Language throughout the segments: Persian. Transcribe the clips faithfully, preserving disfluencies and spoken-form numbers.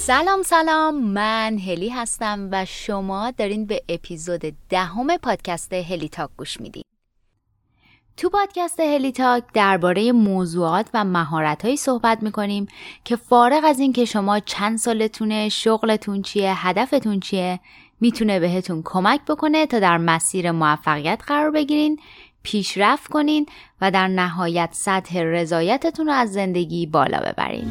سلام سلام، من هلی هستم و شما دارین به اپیزود دهم پادکست هلی تاک گوش میدین. تو پادکست هلی تاک درباره موضوعات و مهارت‌هایی صحبت میکنیم که فارغ از این که شما چند سالتونه، شغلتون چیه، هدفتون چیه، میتونه بهتون کمک بکنه تا در مسیر موفقیت قرار بگیرین، پیشرفت کنین و در نهایت سطح رضایتتون رو از زندگی بالا ببرین.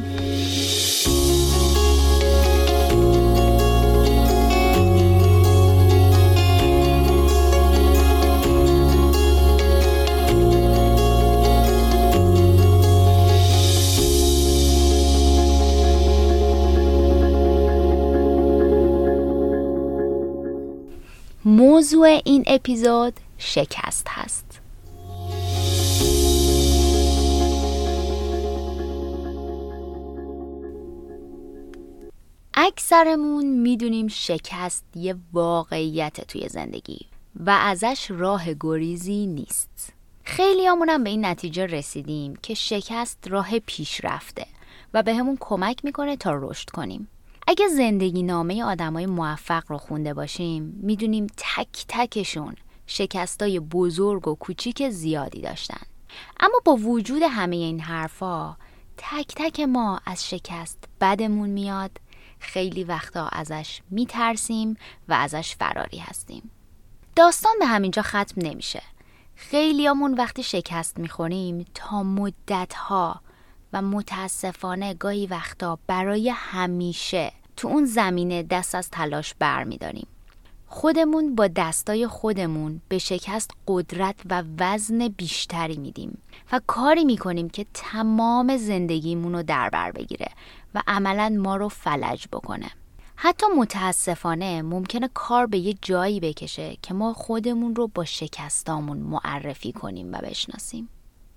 موضوع این اپیزود شکست هست. اکثرمون میدونیم شکست یه واقعیت توی زندگی و ازش راه گریزی نیست. خیلی همونم به این نتیجه رسیدیم که شکست راه پیشرفته و به همون کمک میکنه تا رشد کنیم. اگه زندگی نامه آدمای موفق رو خونده باشیم میدونیم تک تکشون شکستای بزرگ و کوچیک زیادی داشتن. اما با وجود همه این حرفا تک تک ما از شکست بدمون میاد، خیلی وقتا ازش میترسیم و ازش فراری هستیم. داستان به همینجا ختم نمیشه. خیلیامون وقتی شکست میخوریم تا مدتها و متاسفانه گاهی وقتا برای همیشه تو اون زمینه دست از تلاش بر میداریم. خودمون با دستای خودمون به شکست قدرت و وزن بیشتری میدیم و کاری میکنیم که تمام زندگیمون رو در بر بگیره و عملاً ما رو فلج بکنه. حتی متاسفانه ممکنه کار به یه جایی بکشه که ما خودمون رو با شکستامون معرفی کنیم و بشناسیم.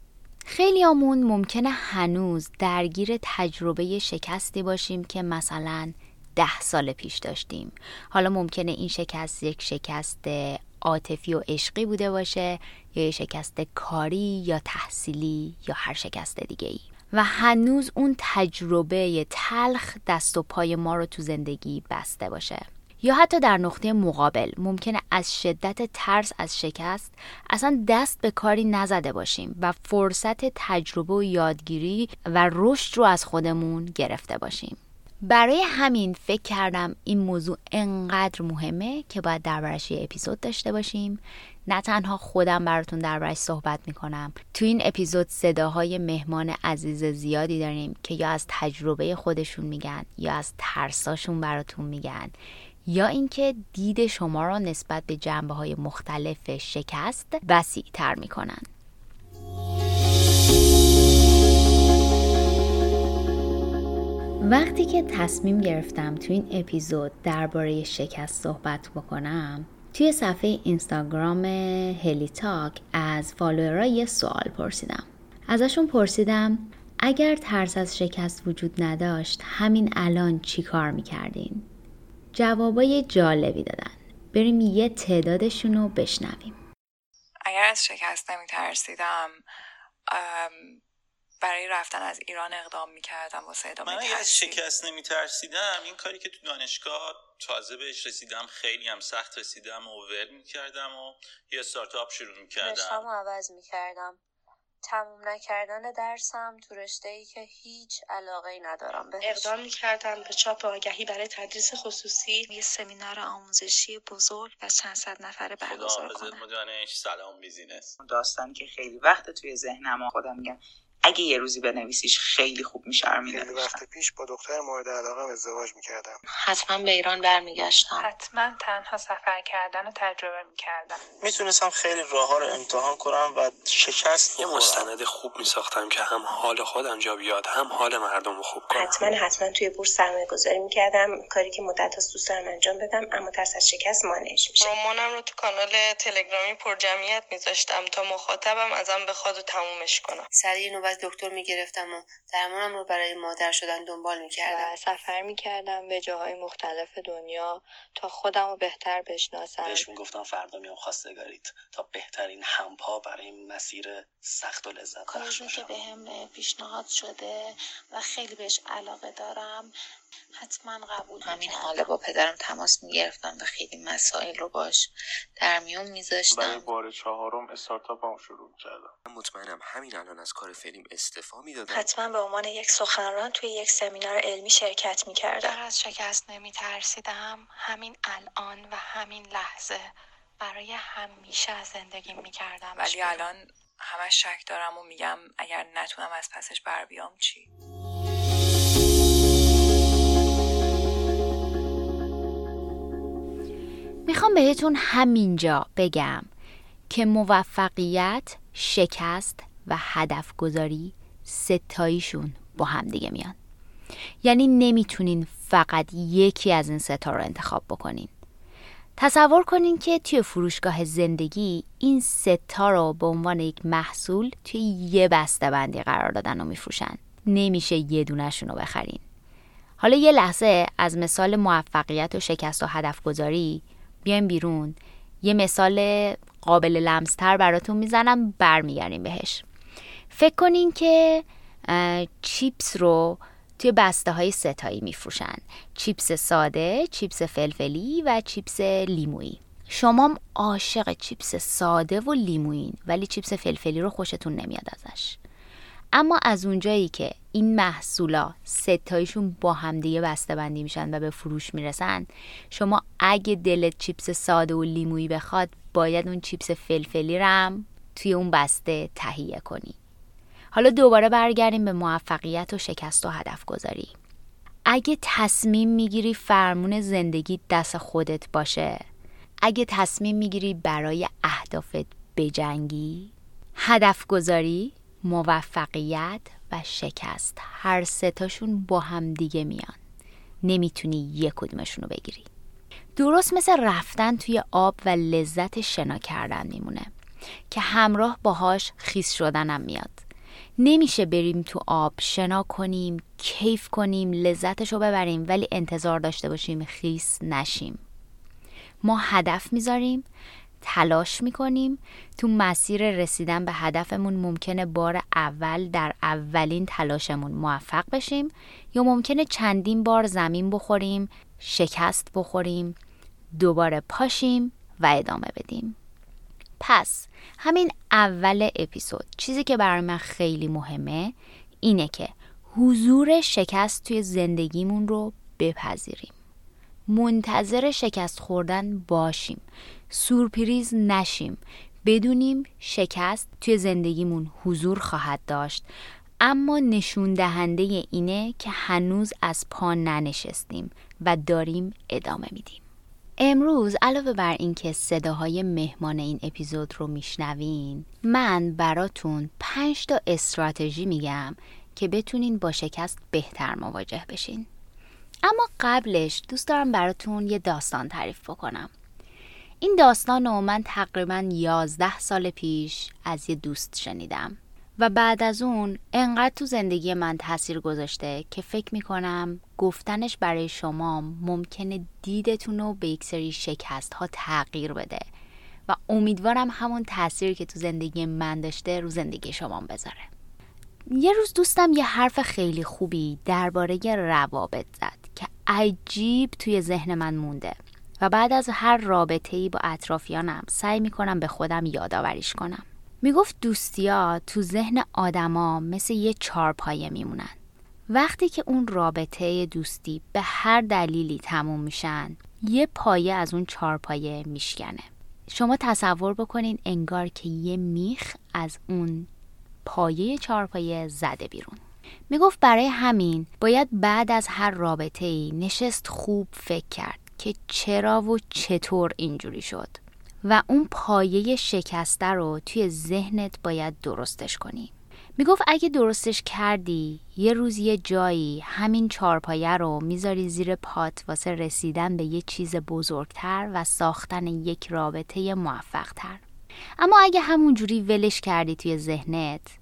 خیلی همون ممکنه هنوز درگیر تجربه شکستی باشیم که مثلا ده سال پیش داشتیم. حالا ممکنه این شکست یک شکست عاطفی و عشقی بوده باشه یا یک شکست کاری یا تحصیلی یا هر شکست دیگه ای و هنوز اون تجربه تلخ دست و پای ما رو تو زندگی بسته باشه. یا حتی در نقطه مقابل ممکنه از شدت ترس از شکست اصلا دست به کاری نزده باشیم و فرصت تجربه و یادگیری و رشد رو از خودمون گرفته باشیم. برای همین فکر کردم این موضوع انقدر مهمه که باید دربارش یه اپیزود داشته باشیم. نه تنها خودم براتون دربارش صحبت میکنم، تو این اپیزود صداهای مهمان عزیز زیادی داریم که یا از تجربه خودشون میگن یا از ترساشون براتون میگن یا اینکه دید شما را نسبت به جنبه‌های مختلف شکست وسیع‌تر می‌کنن. وقتی که تصمیم گرفتم تو این اپیزود درباره شکست صحبت بکنم، توی صفحه اینستاگرام هلی تاک از فالوورها یه سوال پرسیدم. ازشون پرسیدم اگر ترس از شکست وجود نداشت همین الان چی کار می‌کردین؟ جوابای جالبی دادن. بریم یه تعدادشون رو بشنویم. اگر از شکست نمی ترسیدم برای رفتن از ایران اقدام می کردم واسه ادامه تحصیل. من اگر از شکست نمی ترسیدم این کاری که تو دانشگاه تازه بهش رسیدم خیلی هم سخت رسیدم و ول می کردم و یه استارتاپ شروع می کردم. رشته‌مو عوض می کردم. تموم نکردن درسم تو رشته‌ای که هیچ علاقه‌ای ندارم بهش. اقدام می‌کردم به چاپ آگهی برای تدریس خصوصی، یه سمینار آموزشی بزرگ و چند صد نفره برگزار کنم. خداحافظ مدانش، سلام بیزینس. داستانی که خیلی وقت توی ذهنم خودم میگم اگه یه روزی بنویسیش خیلی خوب میشه. خیلی وقت پیش با دختر مورد علاقه‌ام ازدواج میکردم. حتما به ایران برمیگشتم. حتما تنها سفر کردن رو تجربه میکردم. میتونستم خیلی راه‌ها رو امتحان کنم و شکست یه مستند خوب میساختم که هم حال خودم جا بیاد هم حال مردم رو خوب کنم. حتما حتما توی بورس سرمایه گذاری میکردم، کاری که مدت هاست دوست دارم انجام بدم اما ترس از شکست مانعش میشه. رمانم رو تو کانال تلگرامی پر جمعیت میذاشتم تا مخاطبم ازم بخواد و تمومش کنم. سریع از دکتر میگرفتم و درمانم رو برای مادر شدن دنبال میکردم و سفر میکردم به جاهای مختلف دنیا تا خودم رو بهتر بشناسم. بهش میگفتم فردا میام خواستگاریت تا بهترین همپا برای این مسیر سخت و لذت بخش باشم. که بهم پیشنهاد شده و خیلی بهش علاقه دارم حتما قبول همین حالا با پدرم تماس میگرفتم و خیلی مسائل رو باش در میون میذاشتم. برای بار چهارم استارتاپم شروع کردم. من مطمئنم همین الان از کار فیلم استعفا میدادم. حتما به عنوان یک سخنران توی یک سمینار علمی شرکت میکردم. اگر از شکست نمیترسیدم همین الان و همین لحظه برای همیشه از زندگی میکردم. ولی الان همش شک دارم و میگم اگر نتونم از پسش بر بیام چی؟ میخوام بهتون همینجا بگم که موفقیت، شکست و هدف گذاری ستاییشون با هم دیگه میان. یعنی نمیتونین فقط یکی از این ستا رو انتخاب بکنین. تصور کنین که توی فروشگاه زندگی این ستا رو به عنوان یک محصول توی یه بسته بندی قرار دادن و میفروشن. نمیشه یه دونشون رو بخرین. حالا یه لحظه از مثال موفقیت و شکست و هدف گذاری بیایم بیرون. یه مثال قابل لمس‌تر براتون میزنم، برمیگردیم بهش. فکر کنین که چیپس رو توی بسته های ستایی میفروشن. چیپس ساده، چیپس فلفلی و چیپس لیمویی. شما عاشق چیپس ساده و لیمویین ولی چیپس فلفلی رو خوشتون نمیاد ازش. اما از اونجایی که این محصولا ستایشون با همدیگه بسته بندی میشن و به فروش میرسن، شما اگه دلت چیپس ساده و لیمویی بخواد باید اون چیپس فلفلی رو هم توی اون بسته تهیه کنی. حالا دوباره برگردیم به موفقیت و شکست و هدف گذاری. اگه تصمیم میگیری فرمون زندگی دست خودت باشه، اگه تصمیم میگیری برای اهدافت بجنگی، هدف گذاری، موفقیت و شکست هر سه تاشون با هم دیگه میان. نمیتونی یک کدومشون رو بگیری. درست مثل رفتن توی آب و لذت شنا کردن میمونه که همراه باهاش خیس شدنم میاد. نمیشه بریم تو آب شنا کنیم، کیف کنیم، لذتشو ببریم ولی انتظار داشته باشیم خیس نشیم. ما هدف میذاریم، تلاش میکنیم، تو مسیر رسیدن به هدفمون ممکنه بار اول در اولین تلاشمون موفق بشیم یا ممکنه چندین بار زمین بخوریم، شکست بخوریم، دوباره پاشیم و ادامه بدیم. پس همین اول اپیزود چیزی که برای من خیلی مهمه اینه که حضور شکست توی زندگیمون رو بپذیریم. منتظر شکست خوردن باشیم، سورپریز نشیم، بدونیم شکست توی زندگیمون حضور خواهد داشت، اما نشون دهنده اینه که هنوز از پا ننشستیم و داریم ادامه میدیم. امروز علاوه بر این که صداهای مهمان این اپیزود رو میشنوین، من براتون پنج تا استراتژی میگم که بتونین با شکست بهتر مواجه بشین. اما قبلش دوست دارم براتون یه داستان تعریف بکنم. این داستان رو من تقریباً یازده سال پیش از یه دوست شنیدم و بعد از اون انقدر تو زندگی من تاثیر گذاشته که فکر میکنم گفتنش برای شما ممکنه دیدتون رو به یک سری شکست ها تغییر بده و امیدوارم همون تاثیری که تو زندگی من داشته رو زندگی شما بذاره. یه روز دوستم یه حرف خیلی خوبی درباره روابط زد که عجیب توی ذهن من مونده و بعد از هر رابطه‌ای با اطرافیانم سعی میکنم به خودم یادآوریش کنم. میگفت دوستیا تو ذهن آدما مثل یه چارپایه میمونن. وقتی که اون رابطه دوستی به هر دلیلی تموم میشن، یه پایه از اون چارپایه میشکنه. شما تصور بکنین انگار که یه میخ از اون پایه چارپایه زده بیرون. میگفت برای همین باید بعد از هر رابطه‌ای نشست خوب فکر کرد که چرا و چطور اینجوری شد و اون پایه شکسته رو توی ذهنت باید درستش کنی. میگفت اگه درستش کردی یه روز یه جایی همین چارپایه رو میذاری زیر پات واسه رسیدن به یه چیز بزرگتر و ساختن یک رابطه موفق‌تر. اما اگه همونجوری ولش کردی توی ذهنت،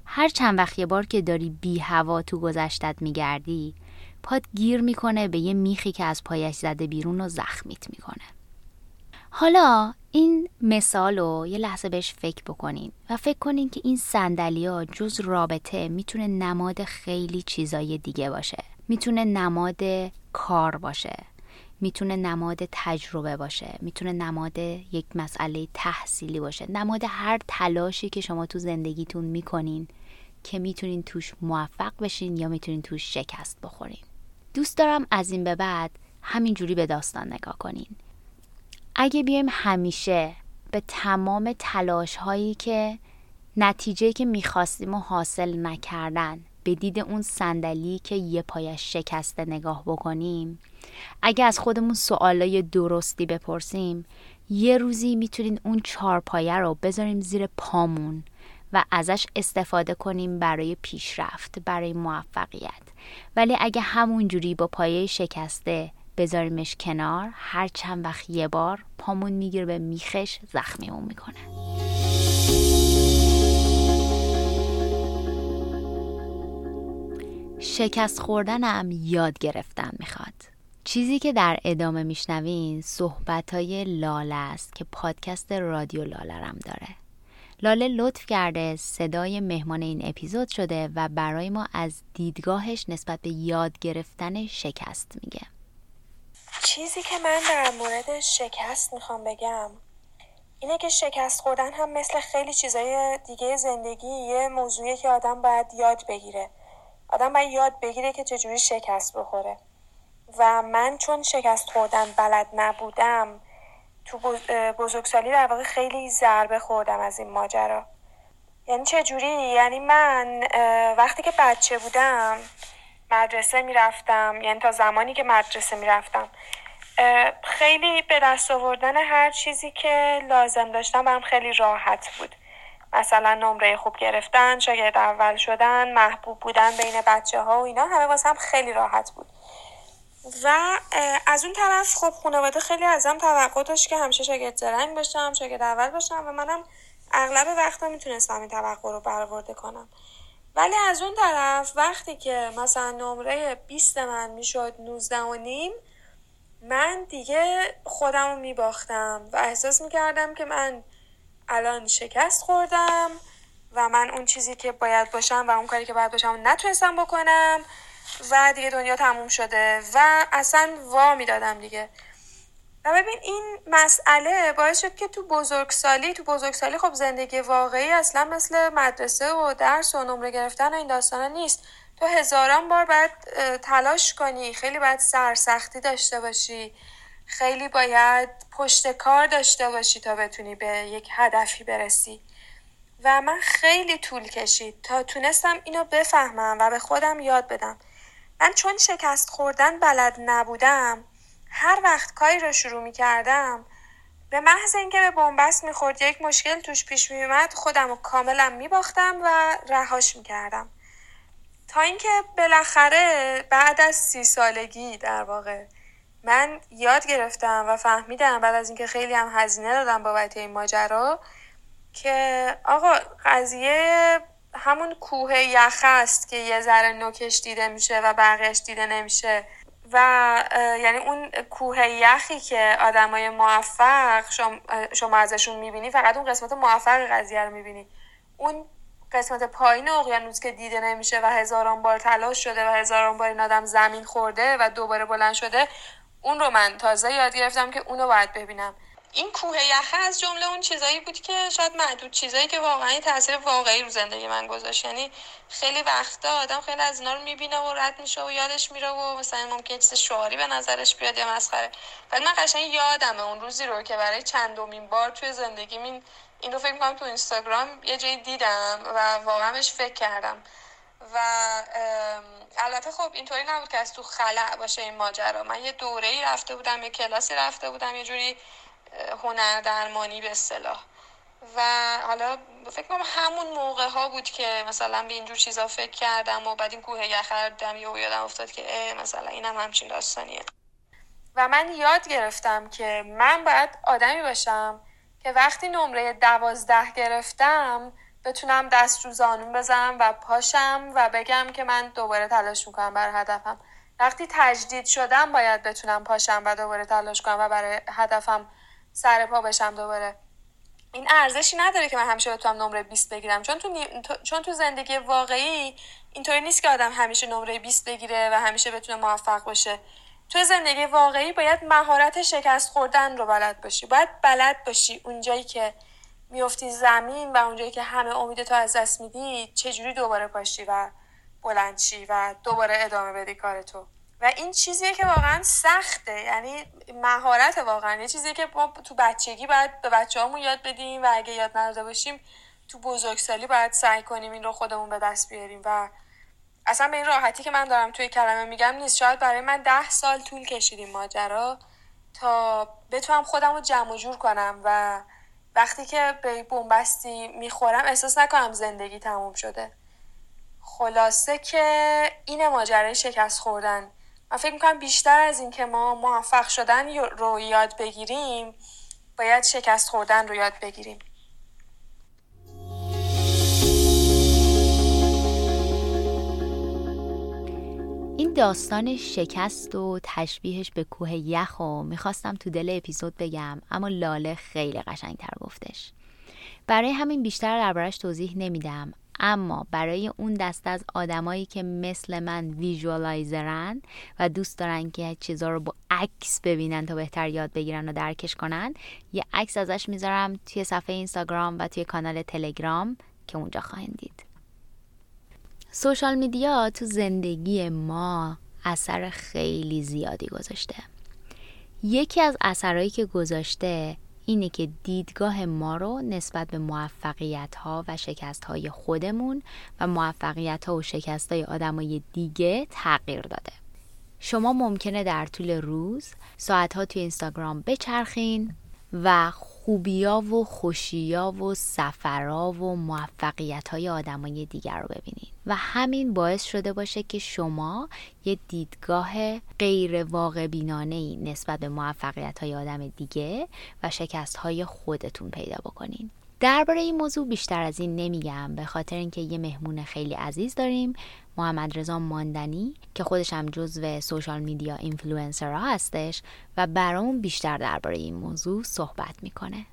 هر چند وقت یه بار که داری بی هوا تو گذشتت میگردی، پات گیر میکنه به یه میخی که از پایش زده بیرون و زخمیت میکنه. حالا این مثالو یه لحظه بهش فکر بکنین و فکر کنین که این صندلی‌ها جز رابطه میتونه نماد خیلی چیزای دیگه باشه. میتونه نماد کار باشه، میتونه نماد تجربه باشه، میتونه نماد یک مسئله تحصیلی باشه، نماد هر تلاشی که شما تو زندگیتون میکنین که میتونین توش موفق بشین یا میتونین توش شکست بخورین. دوست دارم از این به بعد همینجوری به داستان نگاه کنین. اگه بیایم همیشه به تمام تلاش هایی که نتیجه که میخواستیم و حاصل نکردن به دید اون صندلی که یه پایش شکسته نگاه بکنیم، اگه از خودمون سوالای درستی بپرسیم، یه روزی میتونین اون چهار پایه رو بذاریم زیر پامون و ازش استفاده کنیم برای پیشرفت، برای موفقیت. ولی اگه همونجوری با پایه شکسته بذاریمش کنار، هر چند وقت یه بار پامون میگیره به میخش، زخمیمون میکنه. شکست خوردنم یاد گرفتن میخواد. چیزی که در ادامه میشنوین صحبتای لاله است که پادکست رادیو لاله‌رم داره. لاله لطف کرده صدای مهمان این اپیزود شده و برای ما از دیدگاهش نسبت به یاد گرفتن شکست میگه. چیزی که من در مورد شکست میخوام بگم اینه که شکست خوردن هم مثل خیلی چیزای دیگه زندگی یه موضوعیه که آدم باید یاد بگیره. آدم باید یاد بگیره که چجوری شکست بخوره. و من چون شکست خوردن بلد نبودم، تو بزرگسالی در واقع خیلی ضربه خوردم از این ماجرا. یعنی چجوری؟ یعنی من وقتی که بچه بودم مدرسه میرفتم، یعنی تا زمانی که مدرسه میرفتم خیلی به دست آوردن هر چیزی که لازم داشتم برام خیلی راحت بود. مثلا نمره خوب گرفتن، شاگرد اول شدن، محبوب بودن بین بچه ها و اینا، همه واسه هم خیلی راحت بود. و از اون طرف خب خانواده خیلی ازم توقع داشت که همیشه شاگرد زرنگ باشم، شاگرد اول باشم و منم اغلب وقتا میتونستم این توقع رو برآورده کنم. ولی از اون طرف وقتی که مثلا نمره بیست من میشد نوزده و نیم، من دیگه خودم رو میباختم و احساس میکردم که من الان شکست خوردم و من اون چیزی که باید باشم و اون کاری که باید باشم نتونستم بکنم و دیگه دنیا تموم شده و اصلا وا میدادم دیگه. و ببین این مسئله باعث شد که تو بزرگسالی تو بزرگسالی خب زندگی واقعی اصلا مثل مدرسه و درس و نمره گرفتن و این داستانا نیست. تو هزاران بار باید تلاش کنی، خیلی باید سرسختی داشته باشی، خیلی باید پشت کار داشته باشی تا بتونی به یک هدفی برسی. و من خیلی طول کشید تا تونستم اینو بفهمم و به خودم یاد بدم. من چون شکست خوردن بلد نبودم، هر وقت کاری رو شروع می کردم به محض اینکه به بنبست می خورد، یک مشکل توش پیش می اومد، خودم رو کاملا می باختم و رهاش می کردم. تا اینکه بالاخره بعد از سی سالگی در واقع من یاد گرفتم و فهمیدم، بعد از اینکه خیلی هم هزینه دادم بابت این ماجرا، که آقا قضیه همون کوه یخ است که یه ذره نوکش دیده میشه و بقیه‌اش دیده نمیشه. و یعنی اون کوه یخی که آدمای موفق شما, شما ازشون میبینی، فقط اون قسمت موفق قضیه رو میبینی. اون قسمت پایین اقیانوس که دیده نمیشه و هزاران بار تلاش شده و هزاران بار این آدم زمین خورده و دوباره بلند شده، اون رو من تازه یاد گرفتم که اونو باید ببینم. این کوه یخه از جمله اون چیزایی بود که شاید معدود چیزایی که واقعا تاثیر واقعی رو زندگی من گذاشت. یعنی خیلی وقتا آدم خیلی از اینا رو میبینه و رد میشه و یادش میره و مثلا ممکنه چیز شعاری به نظرش بیاد یا مسخره، ولی من قشنگ یادمه اون روزی رو که برای چندمین بار توی زندگیم این این رو فکر می‌کنم تو اینستاگرام یه جایی دیدم و واقعا بهش فکر کردم. و البته خب اینطوری نبود که از تو خلأ باشه این ماجرا. من یه دوره‌ای رفته بودم، یه کلاسی رفته بودم، یه جوری هنر درمانی به اصطلاح. و حالا فکر کنم همون موقع ها بود که مثلا به اینجور چیزا فکر کردم و بعد این کوه یخ رو دیدم یهو یادم افتاد که مثلا اینم همچین داستانیه. و من یاد گرفتم که من باید آدمی باشم که وقتی نمره دوازده گرفتم بتونم دست رو زانون بزنم و پاشم و بگم که من دوباره تلاش میکنم برای هدفم. وقتی تجدید شدم باید بتونم پاشم و دوباره تلاش کنم و برای هدفم سر پا بشم دوباره. این ارزشی نداره که من همیشه بتونم نمره بیست بگیرم، چون تو نی... چون تو زندگی واقعی اینطوری نیست که آدم همیشه نمره بیست بگیره و همیشه بتونه موفق باشه. تو زندگی واقعی باید مهارت شکست خوردن رو بلد باشی. باید بلد باشی اونجایی که میفتی زمین و اونجایی که همه امیدتو از دست میدی چجوری دوباره پاشی و بلند شی و دوباره ادامه بدی کارتو. و این چیزیه که واقعا سخته، یعنی مهارت واقعا یه چیزیه که ما تو بچگی باید به بچه‌هامون یاد بدیم و اگه یاد نداده باشیم تو بزرگسالی باید سعی کنیم این رو خودمون به دست بیاریم. و اصلا به این راحتی که من دارم توی کلمه میگم نیست. شاید برای من ده سال طول کشید این ماجرا تا بتونم خودم رو جمع و جور کنم و وقتی که به بنبستی میخورم احساس نکنم زندگی تموم شده. خلاصه که این ماجرای شکست خوردن. من فکر میکنم بیشتر از این که ما موفق شدن رو یاد بگیریم باید شکست خوردن رو یاد بگیریم. این داستان شکست و تشبیهش به کوه یخ و میخواستم تو دل اپیزود بگم، اما لاله خیلی قشنگتر گفتش. برای همین بیشتر دربارش توضیح نمیدم، اما برای اون دسته از آدمایی که مثل من ویژوالایزرن و دوست دارن که چیزا رو با عکس ببینن تا بهتر یاد بگیرن و درکش کنن، یه عکس ازش میذارم توی صفحه اینستاگرام و توی کانال تلگرام که اونجا خواهید دید. سوشال میدیا تو زندگی ما اثر خیلی زیادی گذاشته. یکی از اثرهایی که گذاشته اینه که دیدگاه ما رو نسبت به موفقیت‌ها و شکست‌های خودمون و موفقیت‌ها و شکست‌های آدمای دیگه تغییر داده. شما ممکنه در طول روز ساعت‌ها توی اینستاگرام بچرخین و خوبیا و خوشیا و سفرها و موفقیت‌های آدمای دیگر رو ببینین و همین باعث شده باشه که شما یه دیدگاه غیر واقع بینانه‌ای نسبت به موفقیت‌های آدم دیگه و شکست‌های خودتون پیدا بکنین. درباره این موضوع بیشتر از این نمیگم، به خاطر اینکه یه مهمون خیلی عزیز داریم، محمد رضا ماندنی، که خودش هم جزو سوشال میدیا اینفلوئنسرها هستش و برامون بیشتر درباره این موضوع صحبت میکنه.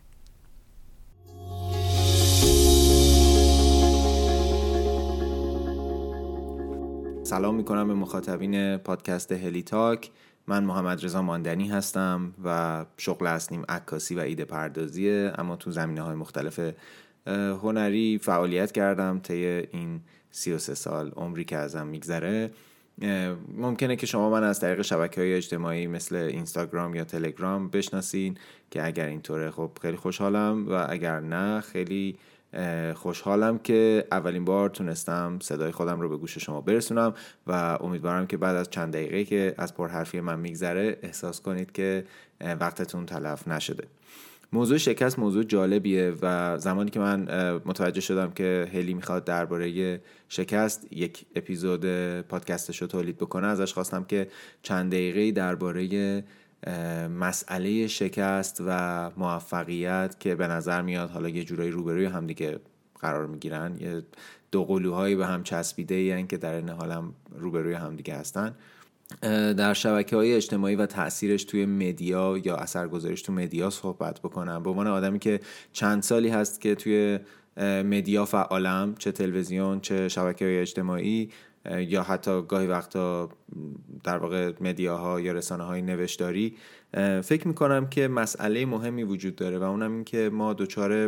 سلام میکنم به مخاطبین پادکست هلی تاک. من محمد رضا ماندنی هستم و شغل اصلیم عکاسی و ایده پردازیه، اما تو زمینه‌های مختلف هنری فعالیت کردم طی این سی و سه سال عمری که ازم میگذره. ممکنه که شما من از طریق شبکه‌های اجتماعی مثل اینستاگرام یا تلگرام بشناسین که اگر اینطوره خب خیلی خوشحالم و اگر نه خیلی خوشحالم که اولین بار تونستم صدای خودم رو به گوش شما برسونم و امیدوارم که بعد از چند دقیقه که از پرحرفی من میگذره احساس کنید که وقتتون تلف نشده. موضوع شکست موضوع جالبیه و زمانی که من متوجه شدم که هلی میخواد درباره شکست یک اپیزود پادکستش رو تولید بکنه، ازش خواستم که چند دقیقه‌ای درباره مسئله شکست و موفقیت که به نظر میاد حالا یه جورایی روبروی هم دیگه قرار میگیرن، یه دو قلوهایی به هم چسبیده این که در این حال هم روبروی هم دیگه هستن، در شبکه‌های اجتماعی و تأثیرش توی مدیا یا اثرگذاریش تو مدیا صحبت بکنم. به عنوان آدمی که چند سالی هست که توی مدیا فعالم، چه تلویزیون چه شبکه‌های اجتماعی یا حتی گاهی وقتا در واقع مدیاها یا رسانه‌های نوشتاری، فکر میکنم که مسئله مهمی وجود داره و اونم این که ما دچار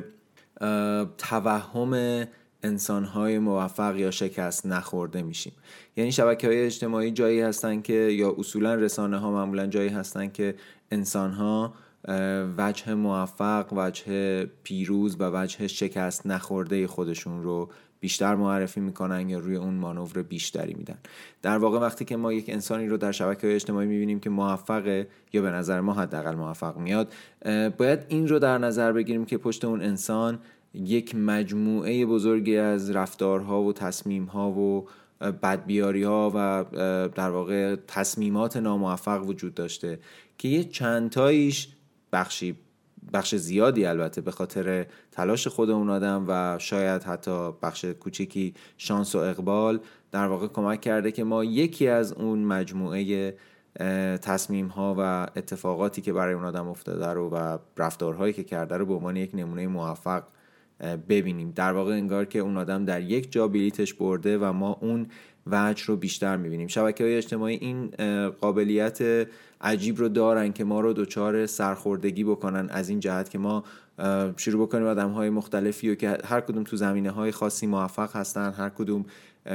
توهم انسان‌های موفق یا شکست نخورده میشیم. یعنی شبکه‌های اجتماعی جایی هستن که یا اصولا رسانه‌ها معمولا جایی هستن که انسان‌ها وجه موفق، وجه پیروز و وجه شکست نخورده خودشون رو بیشتر معرفی میکنن یا روی اون مانور بیشتری میدن. در واقع وقتی که ما یک انسانی رو در شبکه‌های اجتماعی میبینیم که موفقه یا به نظر ما حداقل موفق میاد، باید این رو در نظر بگیریم که پشت اون انسان یک مجموعه بزرگی از رفتارها و تصمیمها و بدبیاری‌ها و در واقع تصمیمات ناموفق وجود داشته که یه چند تاییش بخشی بخش زیادی البته به خاطر تلاش خود اون آدم و شاید حتی بخش کوچیکی شانس و اقبال در واقع کمک کرده که ما یکی از اون مجموعه تصمیم ها و اتفاقاتی که برای اون آدم افتاده رو و رفتارهایی که کرده رو به عنوان یک نمونه موفق ببینیم. در واقع انگار که اون آدم در یک جا بلیتش برده و ما اون وجه رو بیشتر میبینیم. شبکه‌های اجتماعی این قابلیت عجیب رو دارن که ما رو دچار سرخوردگی بکنن از این جهت که ما شروع بکنیم آدم‌های مختلفی و که هر کدوم تو زمینه‌های خاصی موفق هستن، هر کدوم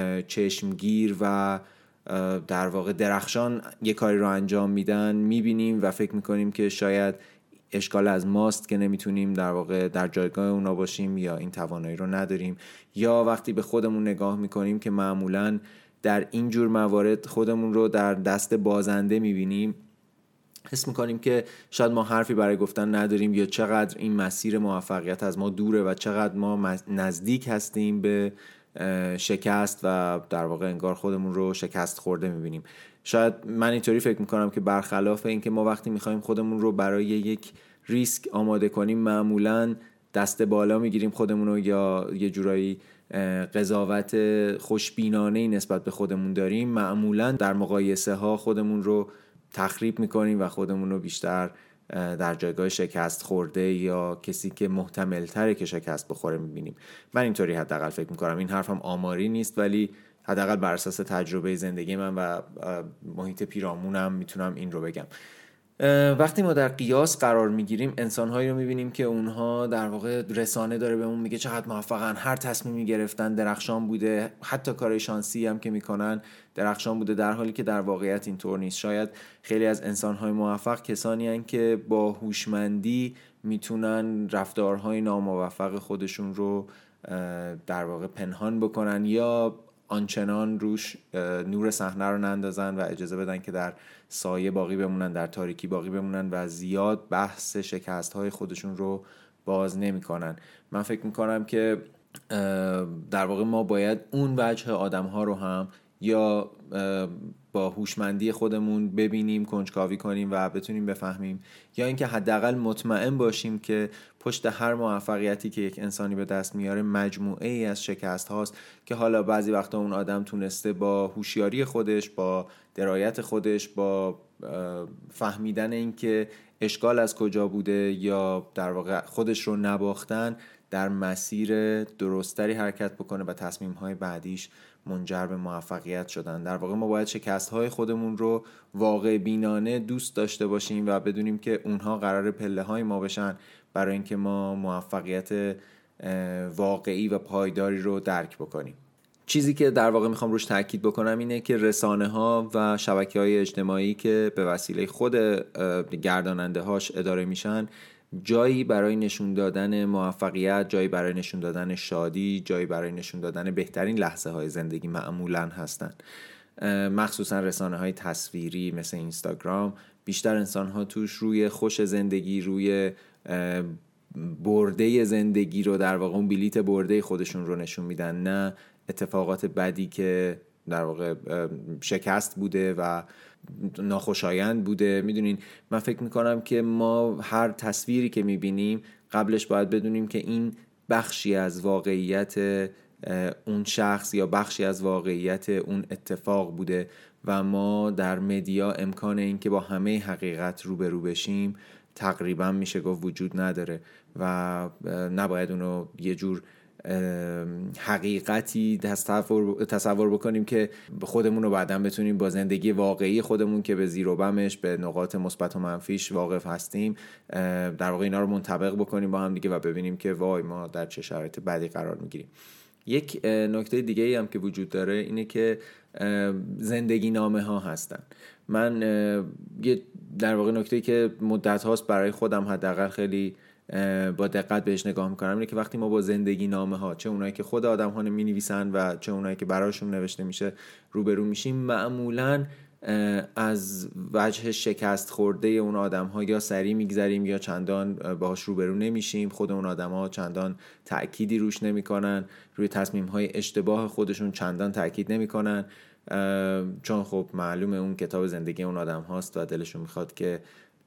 چشمگیر و در واقع درخشان یک کاری رو انجام میدن میبینیم و فکر میکنیم که شاید اشکال از ماست که نمیتونیم در واقع در جایگاه اونا باشیم یا این توانایی رو نداریم. یا وقتی به خودمون نگاه میکنیم که معمولاً در این جور موارد خودمون رو در دست بازنده میبینیم، حس میکنیم که شاید ما حرفی برای گفتن نداریم یا چقدر این مسیر موفقیت از ما دوره و چقدر ما نزدیک هستیم به شکست و در واقع انگار خودمون رو شکست خورده میبینیم. شاید من اینطوری فکر میکنم که برخلاف این که ما وقتی میخوایم خودمون رو برای یک ریسک آماده کنیم معمولاً دست بالا میگیریم خودمون رو یا یه جورایی قضاوت خوشبینانه‌ای نسبت به خودمون داریم، معمولاً در مقایسه ها خودمون رو تخریب میکنیم و خودمون رو بیشتر در جایگاه شکست خورده یا کسی که محتمل تره که شکست بخوره میبینیم. من اینطوری حداقل فکر میکنم. این حرفم آماری نیست ولی حداقل بر اساس تجربه زندگی من و محیط پیرامونم میتونم این رو بگم. وقتی ما در قیاس قرار میگیریم انسان‌هایی رو میبینیم که اونها در واقع رسانه داره بهمون میگه چقدر موفقن، هر تصمیمی گرفتن درخشان بوده، حتی کارهای شانسی هم که میکنن درخشان بوده، در حالی که در واقعیت اینطور نیست. شاید خیلی از انسان‌های موفق کسانی هستند که با هوشمندی میتونن رفتارهای ناموفق خودشون رو در واقع پنهان بکنن یا آنچنان روش نور صحنه رو نندازن و اجازه بدن که در سایه باقی بمونن، در تاریکی باقی بمونن و زیاد بحث شکست‌های خودشون رو باز نمی‌کنن. من فکر می‌کنم که در واقع ما باید اون وجه آدم‌ها رو هم یا با هوشمندی خودمون ببینیم، کنجکاوی کنیم و بتونیم بفهمیم، یا اینکه حداقل مطمئن باشیم که پشت هر موفقیتی که یک انسانی به دست میاره مجموعه ای از شکست هاست که حالا بعضی وقتا اون آدم تونسته با هوشیاری خودش، با درایت خودش، با فهمیدن اینکه اشکال از کجا بوده یا در واقع خودش رو نباختن در مسیر درستری حرکت بکنه و تصمیم‌های بعدیش منجر به موفقیت شدن. در واقع ما باید شکست‌های خودمون رو واقع بینانه دوست داشته باشیم و بدونیم که اونها قرار پله‌های ما بشن برای اینکه ما موفقیت واقعی و پایداری رو درک بکنیم. چیزی که در واقع میخوام روش تاکید بکنم اینه که رسانه‌ها و شبکه‌های اجتماعی که به وسیله خود گرداننده هاش اداره میشن جایی برای نشون دادن موفقیت، جایی برای نشون دادن شادی، جایی برای نشون دادن بهترین لحظه های زندگی معمولاً هستن. مخصوصا رسانه های تصویری مثل اینستاگرام، بیشتر انسان ها توش روی خوش زندگی، روی برده زندگی رو در واقع اون بلیت برده خودشون رو نشون میدن، نه اتفاقات بدی که در واقع شکست بوده و ناخوشایند بوده. میدونین من فکر میکنم که ما هر تصویری که میبینیم قبلش باید بدونیم که این بخشی از واقعیت اون شخص یا بخشی از واقعیت اون اتفاق بوده و ما در مدیا امکان این که با همه حقیقت روبرو بشیم تقریبا میشه گفت وجود نداره و نباید اونو یه جور حقیقتی تصور تصور بکنیم که خودمون رو بعداً بتونیم با زندگی واقعی خودمون که به زیر و بمش، به نقاط مثبت و منفیش واقف هستیم، در واقع اینا رو منطبق بکنیم با هم دیگه و ببینیم که وای ما در چه شرایط بدی قرار میگیریم. یک نکته دیگه ای هم که وجود داره اینه که زندگی نامه ها هستن. من یه در واقع نکته‌ای که مدت هاست برای خودم حداقل خیلی با دقت بهش نگاه میکنم اینه که وقتی ما با زندگی نامه ها، چه اونایی که خود آدم ها می نویسن و چه اونایی که براشون نوشته میشه، روبرو میشیم، معمولاً از وجه شکست خورده اون آدم ها یا سری میگذریم یا چندان باهاش روبرو نمیشیم. خود اون آدم ها چندان تأکیدی روش نمیکنن، روی تصمیم های اشتباه خودشون چندان تأکید نمیکنن، چون خب معلومه اون کتاب زندگی اون آدم هاست و دلشون میخواد که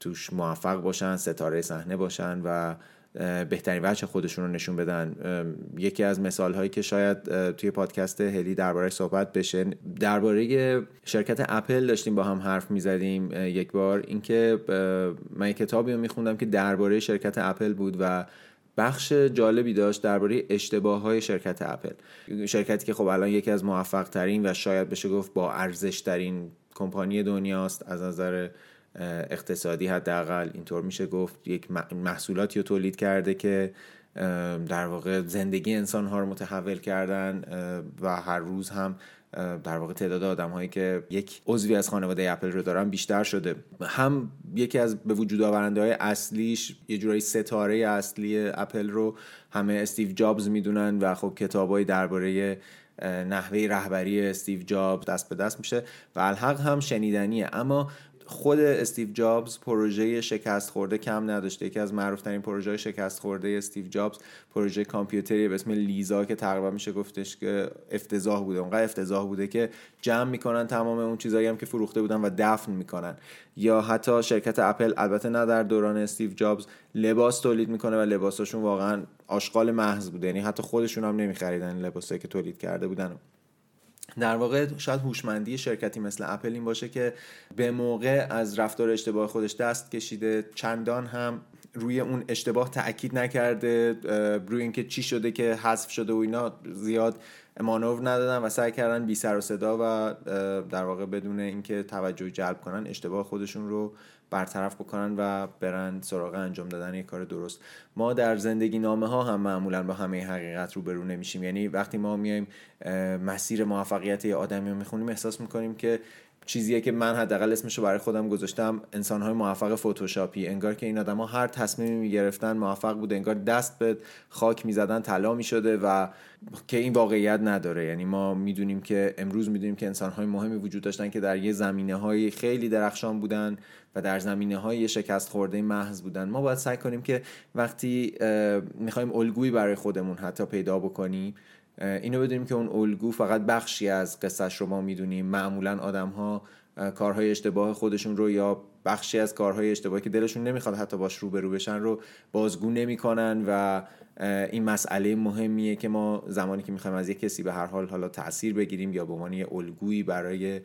توش موفق باشن، ستاره صحنه باشن و بهترین وجه خودشون رو نشون بدن. یکی از مثال هایی که شاید توی پادکست هلی درباره صحبت بشه، درباره شرکت اپل داشتیم با هم حرف میزدیم یک بار، اینکه من یک کتابی رو میخوندم که درباره شرکت اپل بود و بخش جالبی داشت درباره اشتباه‌های شرکت اپل، شرکتی که خب الان یکی از موفق ترین و شاید بشه گفت با ارزش ترین کمپانی دنیاست از نظر اقتصادی، حداقل اینطور میشه گفت. یک محصولاتی رو تولید کرده که در واقع زندگی انسان‌ها رو متحول کردن و هر روز هم در واقع تعداد آدم‌هایی که یک عضوی از خانواده اپل رو دارن بیشتر شده. هم یکی از به وجود آورنده‌های اصلیش، یه جورایی ستاره اصلی اپل رو همه استیو جابز میدونن و خب کتابای درباره نحوه رهبری استیو جابز دست به دست میشه و الحق هم شنیدنیه. اما خود استیو جابز پروژه شکست خورده کم نداشته. یکی از معروف‌ترین پروژه‌های شکست خورده استیو جابز پروژه کامپیوتری به اسم لیزا که تقریبا میشه گفتش که افتضاح بوده. اونقدر افتضاح بوده که جمع میکنن تمام اون چیزایی هم که فروخته بودن و دفن میکنن. یا حتی شرکت اپل، البته نه در دوران استیو جابز، لباس تولید میکنه و لباساشون واقعا آشغال محض بوده، یعنی حتی خودشون هم نمیخریدن لباسایی که تولید کرده بودن. در واقع شاید هوشمندی شرکتی مثل اپل این باشه که به موقع از رفتار اشتباه خودش دست کشیده، چندان هم روی اون اشتباه تأکید نکرده، روی اینکه چی شده که حذف شده و اینا زیاد مانور ندادن و سعی کردن بی سر و صدا و در واقع بدون اینکه توجه جلب کنن اشتباه خودشون رو برطرف بکنن و برن سراغ انجام دادن یک کار درست. ما در زندگی نامه ها هم معمولا با همه حقیقت روبرو نمیشیم. یعنی وقتی ما میایم مسیر موفقیت یه آدمی رو میخونیم احساس میکنیم که چیزیه که من حداقل اسمشو برای خودم گذاشتم انسان‌های موفق فتوشاپی، انگار که این آدم‌ها هر تصمیمی می‌گرفتن موفق بوده، انگار دست به خاک می‌زدن طلا می‌شده و که این واقعیت نداره. یعنی ما می‌دونیم که امروز می‌دونیم که انسان‌های مهمی وجود داشتن که در یه زمینه‌های خیلی درخشان بودن و در زمینه‌های شکست خورده محض بودن. ما باید سعی کنیم که وقتی می‌خوایم الگویی برای خودمون حتی پیدا بکنیم، اینو بدونیم که اون الگو فقط بخشی از قصهش رو ما میدونیم. معمولا آدم ها کارهای اشتباه خودشون رو یا بخشی از کارهای اشتباهی که دلشون نمیخواد حتی باش روبرو بشن رو بازگو نمیکنن و این مسئله مهمیه که ما زمانی که میخوایم از یک کسی به هر حال حالا تأثیر بگیریم یا به عنوان یه الگویی برای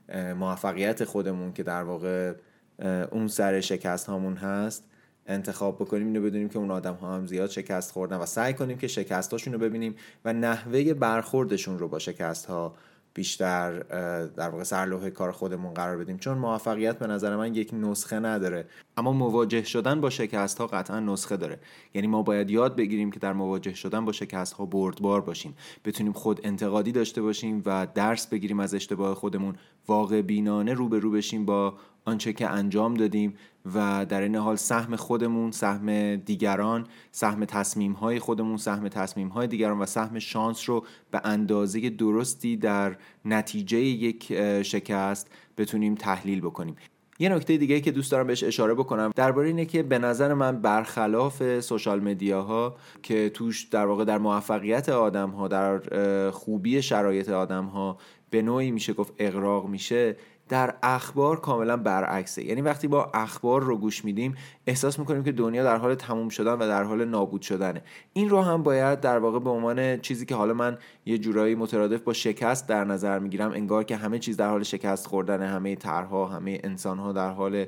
موفقیت خودمون که در واقع اون سر شکست هامون هست انتخاب بکنیم، اینو بدونیم که اون آدم ها هم زیاد شکست خوردن و سعی کنیم که شکست هاشون رو ببینیم و نحوه برخوردشون رو با شکست ها بیشتر در واقع سرلوحه کار خودمون قرار بدیم. چون موفقیت به نظر من یک نسخه نداره، اما مواجه شدن با شکست ها قطعا نسخه داره. یعنی ما باید یاد بگیریم که در مواجه شدن با شکست ها بردبار باشیم، بتونیم خود انتقادی داشته باشیم و درس بگیریم از اشتباه خودمون، واقع بینانه روبرو بشیم با آنچه که انجام دادیم و در این حال سهم خودمون، سهم دیگران، سهم تصمیم‌های خودمون، سهم تصمیم‌های دیگران و سهم شانس رو به اندازه درستی در نتیجه یک شکست بتونیم تحلیل بکنیم. یه نکته دیگه که دوست دارم بهش اشاره بکنم درباره اینه که به نظر من برخلاف سوشال مدیاها که توش در واقع در موفقیت آدم‌ها، در خوبی شرایط آدم‌ها به نوعی میشه گفت اغراق میشه، در اخبار کاملا برعکسه. یعنی وقتی با اخبار رو گوش میدیم احساس میکنیم که دنیا در حال تموم شدن و در حال نابود شدنه. این رو هم باید در واقع به عنوان چیزی که حالا من یه جورایی مترادف با شکست در نظر میگیرم، انگار که همه چیز در حال شکست خوردن، همه طرح‌ها، همه انسان‌ها در حال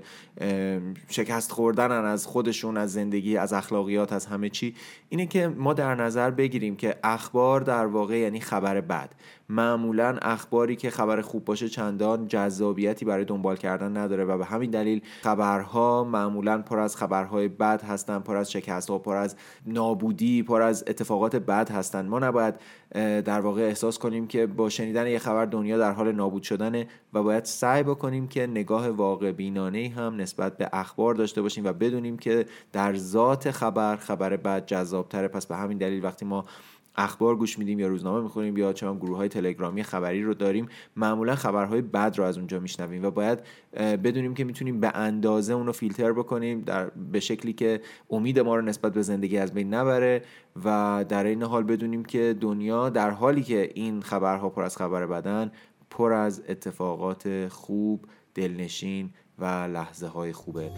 شکست خوردنن از خودشون، از زندگی، از اخلاقیات، از همه چی. اینه که ما در نظر بگیریم که اخبار در واقع یعنی خبر بد. معمولاً اخباری که خبر خوب باشه چندان جذابیتی برای دنبال کردن نداره و به همین دلیل خبرها معمولاً پر از خبرهای بد هستن، پر از شکست‌ها، پر از نابودی، پر از اتفاقات بد هستن. ما نباید در واقع احساس کنیم که با شنیدن یه خبر دنیا در حال نابود شدنه و باید سعی بکنیم که نگاه واقع بینانه‌ای هم نسبت به اخبار داشته باشیم و بدونیم که در ذات خبر خبر بد جذاب‌تره. پس به همین دلیل وقتی ما اخبار گوش میدیم یا روزنامه میخونیم یا چه گروه‌های تلگرامی خبری رو داریم، معمولا خبرهای بد رو از اونجا میشنویم و باید بدونیم که میتونیم به اندازه اونو فیلتر بکنیم در به شکلی که امید ما رو نسبت به زندگی از بین نبره و در این حال بدونیم که دنیا در حالی که این خبرها پر از خبر بدن، پر از اتفاقات خوب، دلنشین و لحظه های خوبه.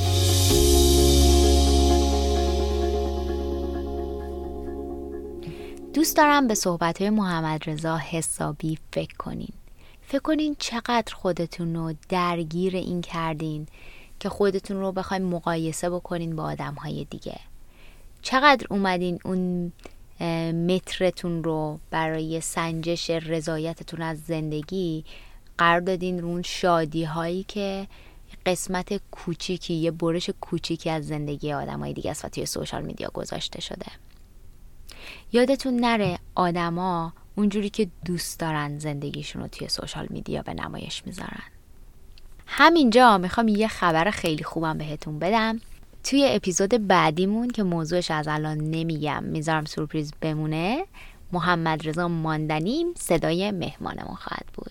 دوست دارم به صحبت‌های محمد رضا حسابی فکر کنین. فکر کنین چقدر خودتون رو درگیر این کردین که خودتون رو بخواین مقایسه بکنین با آدم‌های دیگه. چقدر اومدین اون مترتون رو برای سنجش رضایتتون از زندگی قرار دادین رو اون شادی هایی که قسمت کوچیکی، یه برش کوچیکی از زندگی آدمای دیگه است و توی سوشال میدیا گذاشته شده. یادتون نره آدما اونجوری که دوست دارن زندگیشون رو توی سوشال میدیا به نمایش میذارن. همینجا میخوام یه خبر خیلی خوبم بهتون بدم. توی اپیزود بعدیمون که موضوعش از الان نمیگم، میذارم سورپریز بمونه، محمد رضا ماندنی صدای مهمانمون خواهد بود.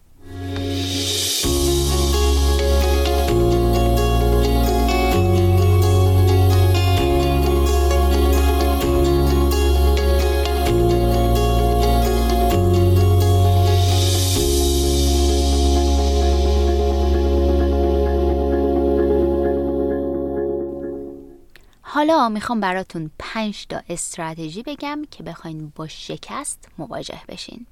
حالا میخوام براتون پنج تا استراتژی بگم که بخواین با شکست مواجه بشین.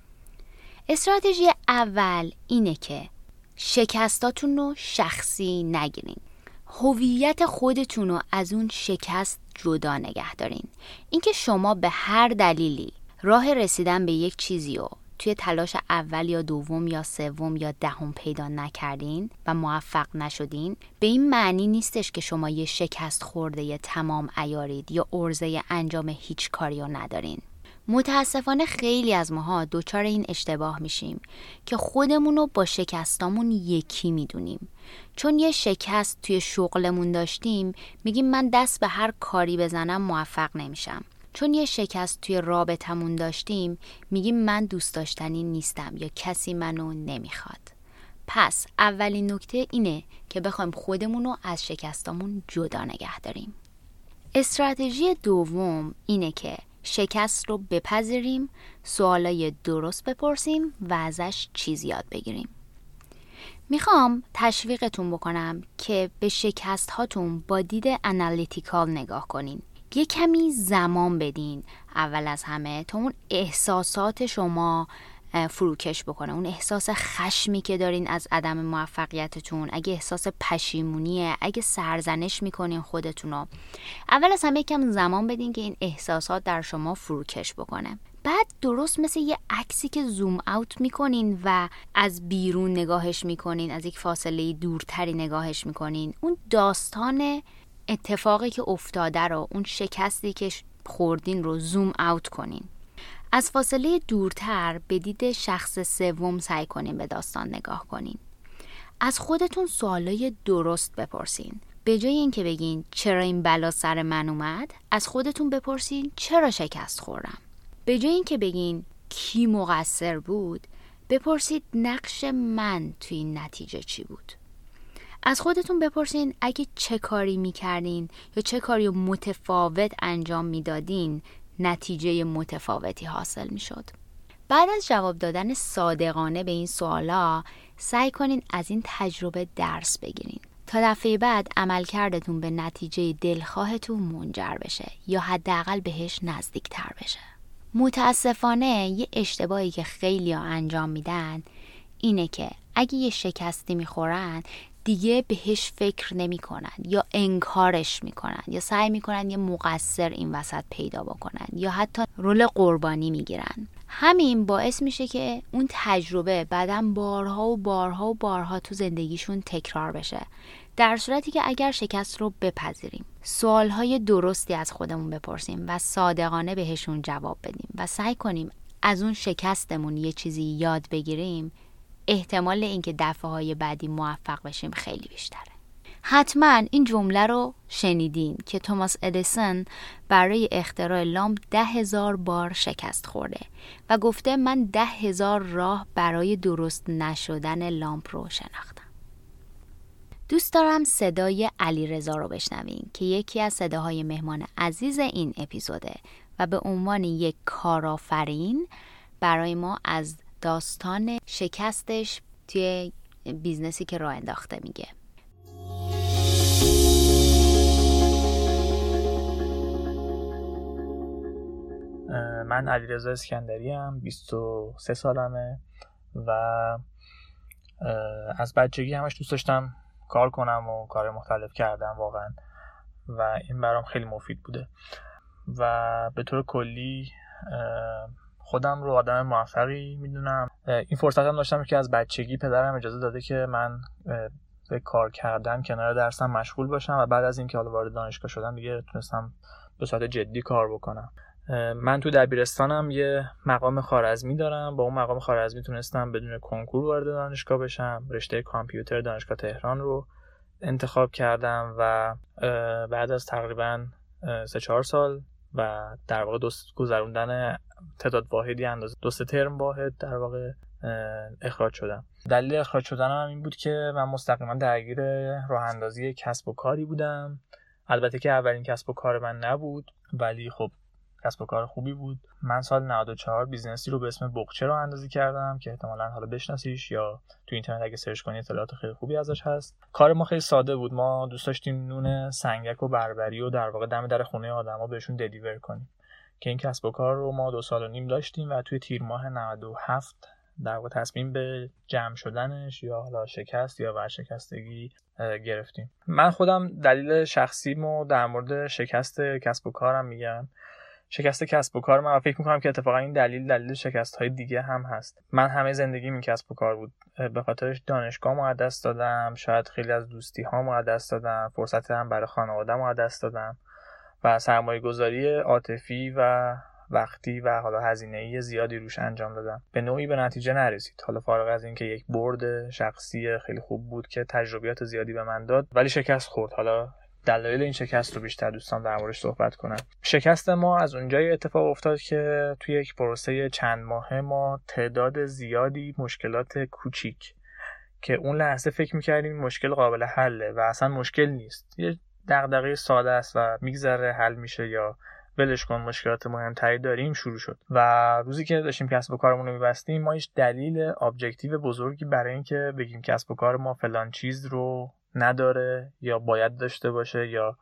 استراتژی اول اینه که شکستاتون رو شخصی نگیرین. هویت خودتون رو از اون شکست جدا نگه دارین. اینکه شما به هر دلیلی راه رسیدن به یک چیزی رو توی تلاش اول یا دوم یا سوم یا دهم پیدا نکردین و موفق نشدین، به این معنی نیستش که شما یه شکست خورده یه تمام عیارید یا عرضه انجام هیچ کاری رو ندارین. متاسفانه خیلی از ماها دوچار این اشتباه میشیم که خودمون رو با شکستامون یکی میدونیم. چون یه شکست توی شغلمون داشتیم میگیم من دست به هر کاری بزنم موفق نمیشم. چون یه شکست توی رابطمون داشتیم میگیم من دوست داشتنی نیستم یا کسی منو نمیخواد. پس اولین نکته اینه که بخوایم خودمون رو از شکستامون جدا نگه داریم. استراتژی دوم اینه که شکست رو بپذیریم، سوالای درست بپرسیم و ازش چیز یاد بگیریم. میخوام تشویقتون بکنم که به شکست هاتون با دید انالیتیکال نگاه کنین. یه کمی زمان بدین اول از همه تا اون احساسات شما فروکش بکنه. اون احساس خشمی که دارین از عدم موفقیتتون، اگه احساس پشیمونیه، اگه سرزنش میکنین خودتونو، اول از همه کم زمان بدین که این احساسات در شما فروکش بکنه. بعد درست مثل یه عکسی که زوم اوت میکنین و از بیرون نگاهش میکنین، از یک فاصله دورتری نگاهش میکنین، اون داستان اتفاقی که افتاده رو، اون شکستی که خوردین رو زوم اوت کنین. از فاصله دورتر به دید شخص سوم سعی کنین به داستان نگاه کنین. از خودتون سوالای درست بپرسین. به جای اینکه بگین چرا این بلا سر من اومد، از خودتون بپرسین چرا شکست خوردم. به جای اینکه بگین کی مقصر بود، بپرسید نقش من توی این نتیجه چی بود. از خودتون بپرسین اگه چه کاری میکردین یا چه کاری متفاوت انجام میدادین، نتیجه متفاوتی حاصل میشد. بعد از جواب دادن صادقانه به این سوالا، سعی کنین از این تجربه درس بگیرین تا دفعه بعد عملکردتون به نتیجه دلخواهتون منجر بشه یا حداقل بهش نزدیکتر بشه. متاسفانه یه اشتباهی که خیلی‌ها انجام میدن اینه که اگه یه شکستی میخورن دیگه بهش فکر نمی کنن یا انکارش می کنن یا سعی می کنن یه مقصر این وسط پیدا بکنن یا حتی رول قربانی می گیرن. همین باعث میشه که اون تجربه بعداً بارها و بارها و بارها تو زندگیشون تکرار بشه. در صورتی که اگر شکست رو بپذیریم، سوالهای درستی از خودمون بپرسیم و صادقانه بهشون جواب بدیم و سعی کنیم از اون شکستمون یه چیزی یاد بگیریم، احتمال اینکه دفعه‌های بعدی موفق بشیم خیلی بیشتره. حتما این جمله رو شنیدین که توماس ادیسون برای اختراع لامپ ده هزار بار شکست خورده و گفته من ده هزار راه برای درست نشدن لامپ رو شناختم. دوست دارم صدای علیرضا رو بشنوین که یکی از صداهای مهمان عزیز این اپیزوده و به عنوان یک کارآفرین برای ما از داستان شکستش توی بیزنسی که راه انداخته میگه. من علیرضا اسکندری ام، بیست و سه سالمه و از بچگی همش دوست داشتم کار کنم و کار مختلف کردم واقعا و این برام خیلی مفید بوده و به طور کلی خودم رو آدم موفقی میدونم. این فرصت هم داشتم که از بچگی پدرم اجازه داده که من به کار کردن کنار درسم مشغول باشم و بعد از اینکه حالا وارد دانشگاه شدم دیگه تونستم به صورت جدی کار بکنم. من تو دبیرستانم یه مقام خوارزمی دارم، با اون مقام خوارزمی تونستم بدون کنکور وارد دانشگاه بشم. رشته کامپیوتر دانشگاه تهران رو انتخاب کردم و بعد از تقریبا سه چهار سال و در واقع دوست گذروندن تعداد واحدی اندازه دو سه ترم واحد در واقع اخراج شدم. دلیل اخراج شدنم هم این بود که من مستقیما درگیر راه اندازی کسب و کاری بودم. البته که اولین کسب و کار من نبود ولی خب کسب و کار خوبی بود. من سال نود و چهار بیزنسی رو به اسم بقچه راه اندازی کردم که احتمالاً حالا بشناسیش یا تو اینترنت اگه سرچ کنی اطلاعات خیلی خوبی ازش هست. کار ما خیلی ساده بود. ما دوست داشتیم نون سنگک و بربری و در واقع دم در خونه آدما بهشون دلیور کنیم که این کسب و کار رو ما دو سال و نیم داشتیم و توی تیر ماه نود و هفت در واقع تصمیم به جمع شدنش یا حالا شکست یا ورشکستگی گرفتیم. من خودم دلیل شخصیمو در مورد شکست کسب و کارم میگم. شکست کسب و کار من فکر میکنم که اتفاقا این دلیل دلیل شکست های دیگه هم هست. من همه زندگیم این کسب و کار بود. به خاطرش دانشگاه از دست دادم، شاید خیلی از دوستی هام از دست دادم، فرصت هم برای خانواده‌ام از دست دادم و سرمایه گذاری عاطفی و وقتی و حالا هزینه‌ای زیادی روش انجام دادم. به نوعی به نتیجه نرسید. حالا فارغ از این که یک برد شخصی خیلی خوب بود که تجربیات زیادی به من داد ولی شکست خورد. حالا دلایل این شکست رو بیشتر دوستان در موردش صحبت کنم. شکست ما از اونجای اتفاق افتاد که توی یک پروسه چند ماهه ما تعداد زیادی مشکلات کوچیک که اون لحظه فکر می‌کردیم مشکل قابل حله و اصلا مشکل نیست، یه دغدغه ساده است و میگذره حل میشه یا ولش کن مشکلات مهمتری داریم شروع شد. و روزی که داشتیم کسب و کارمون رو می‌بستیم ما هیچ دلیل ابجکتیو بزرگی برای اینکه بگیم کسب و کار ما فلان چیز رو نداره یا باید داشته باشه یا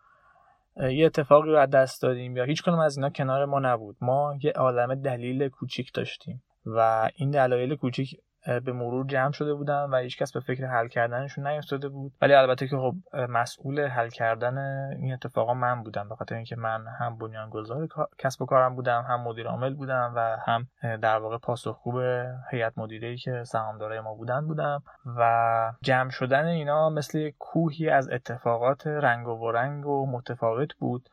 یه اتفاقی رو از دست دادیم یا هیچ کنم از اینا کنار ما نبود. ما یه عالمه دلیل کوچیک داشتیم و این دلایل کوچیک به مرور جمع شده بودن و هیچ کس به فکر حل کردنشون نیفتاده بود. ولی البته که خب مسئول حل کردن این اتفاقا من بودم، به خاطر اینکه من هم بنیانگذار کسب و کارم بودم، هم مدیر عامل بودم و هم در واقع پاسخگو به هیئت مدیره‌ای که سهامدارای ما بودن بودم و جمع شدن اینا مثل کوهی از اتفاقات رنگ و رنگ و متفاوت بود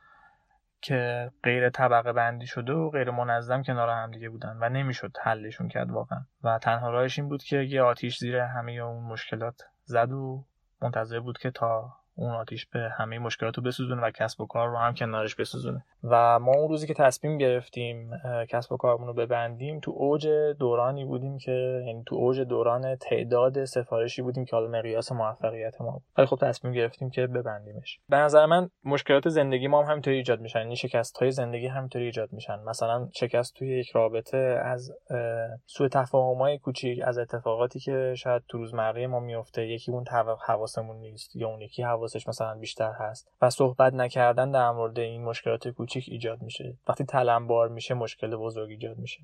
که غیر طبقه بندی شده و غیر منظم کنار هم دیگه بودن و نمیشد حلشون کرد واقعا. و تنها راهش این بود که یه آتیش زیر همه اون مشکلات زد و منتظر بود که تا اون آتیش به همه مشکلات رو بسوزونه و کسب و کار رو هم کنارش بسوزونه. و ما اون روزی که تصمیم گرفتیم کسب و کارمون رو ببندیم تو اوج دورانی بودیم که یعنی تو اوج دوران تعداد سفارشی بودیم که حالا مقیاس موفقیت ما بود. ولی خب تصمیم گرفتیم که ببندیمش. به نظر من مشکلات زندگی ما هم همینطوری ایجاد میشن، یعنی شکست‌های زندگی همینطوری ایجاد میشن. مثلا شکست توی یک رابطه از سوء تفاهم‌های کوچیک، از اتفاقاتی که شاید تو روزمره ما میفته، یکی اون حواسمون نیست یا اون یکی حواسش مثلا بیشتر هست و صحبت نکردن در مورد این مشکلات کوچیک ایجاد میشه. وقتی تلمبار میشه مشکل بزرگ ایجاد میشه